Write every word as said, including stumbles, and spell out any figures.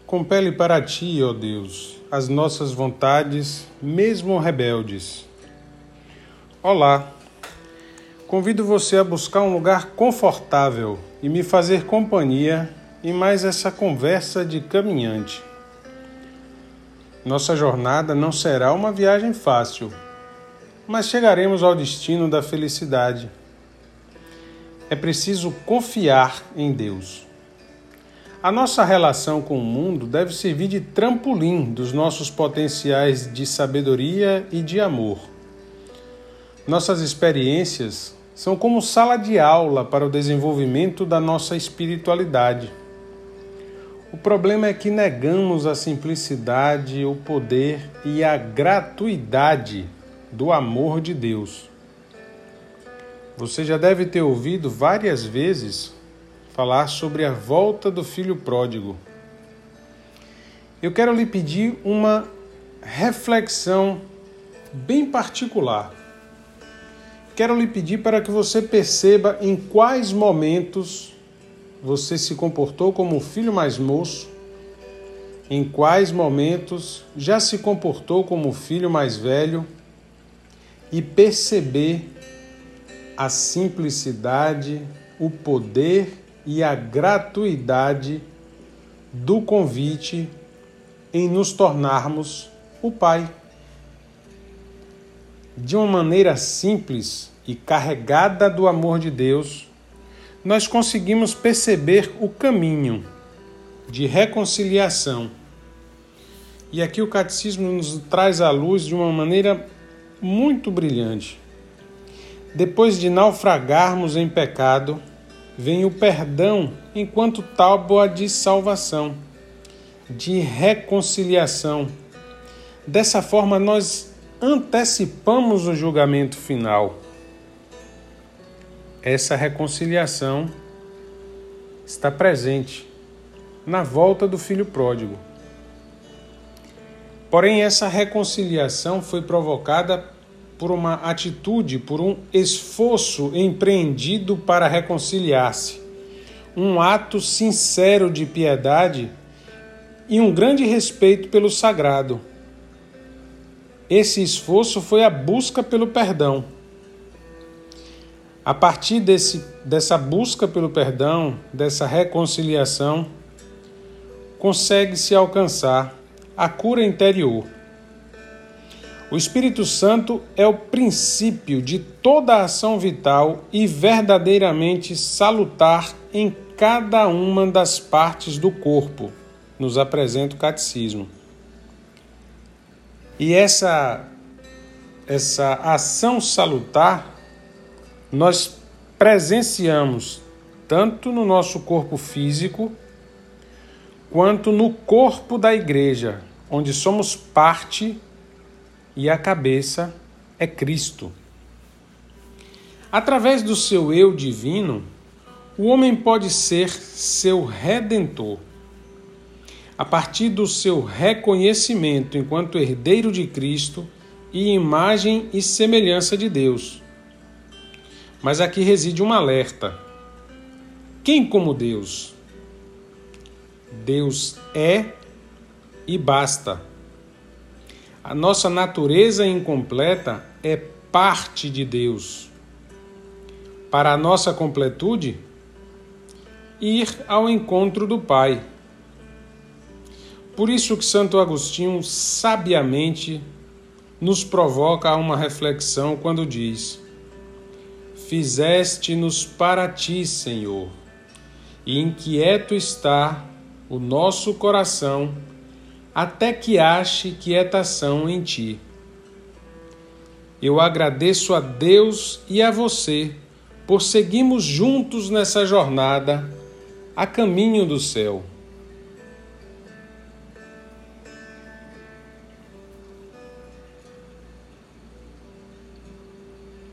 Compele para ti, ó Deus, as nossas vontades, mesmo rebeldes. Olá, convido você a buscar um lugar confortável e me fazer companhia em mais essa conversa de caminhante. Nossa jornada não será uma viagem fácil, mas chegaremos ao destino da felicidade. É preciso confiar em Deus. A nossa relação com o mundo deve servir de trampolim dos nossos potenciais de sabedoria e de amor. Nossas experiências são como sala de aula para o desenvolvimento da nossa espiritualidade. O problema é que negamos a simplicidade, o poder e a gratuidade do amor de Deus. Você já deve ter ouvido várias vezes falar sobre a volta do filho pródigo. Eu quero lhe pedir uma reflexão bem particular. Quero lhe pedir para que você perceba em quais momentos você se comportou como o filho mais moço, em quais momentos já se comportou como o filho mais velho e perceber a simplicidade, o poder e a gratuidade do convite em nos tornarmos o Pai. De uma maneira simples e carregada do amor de Deus, nós conseguimos perceber o caminho de reconciliação. E aqui o Catecismo nos traz à luz de uma maneira muito brilhante. Depois de naufragarmos em pecado, vem o perdão enquanto tábua de salvação, de reconciliação. Dessa forma, nós antecipamos o julgamento final. Essa reconciliação está presente na volta do filho pródigo. Porém, essa reconciliação foi provocada por uma atitude, por um esforço empreendido para reconciliar-se, um ato sincero de piedade e um grande respeito pelo sagrado. Esse esforço foi a busca pelo perdão. A partir desse, dessa busca pelo perdão, dessa reconciliação, consegue-se alcançar a cura interior. O Espírito Santo é o princípio de toda a ação vital e verdadeiramente salutar em cada uma das partes do corpo, nos apresenta o Catecismo. E essa, essa ação salutar nós presenciamos tanto no nosso corpo físico quanto no corpo da igreja, onde somos parte e a cabeça é Cristo. Através do seu eu divino, o homem pode ser seu redentor. A partir do seu reconhecimento enquanto herdeiro de Cristo e imagem e semelhança de Deus. Mas aqui reside um alerta. Quem como Deus? Deus é e basta. A nossa natureza incompleta é parte de Deus. Para a nossa completude, ir ao encontro do Pai. Por isso que Santo Agostinho sabiamente nos provoca a uma reflexão quando diz: Fizeste-nos para ti, Senhor, e inquieto está o nosso coração até que ache quietação em ti. Eu agradeço a Deus e a você por seguirmos juntos nessa jornada a caminho do céu.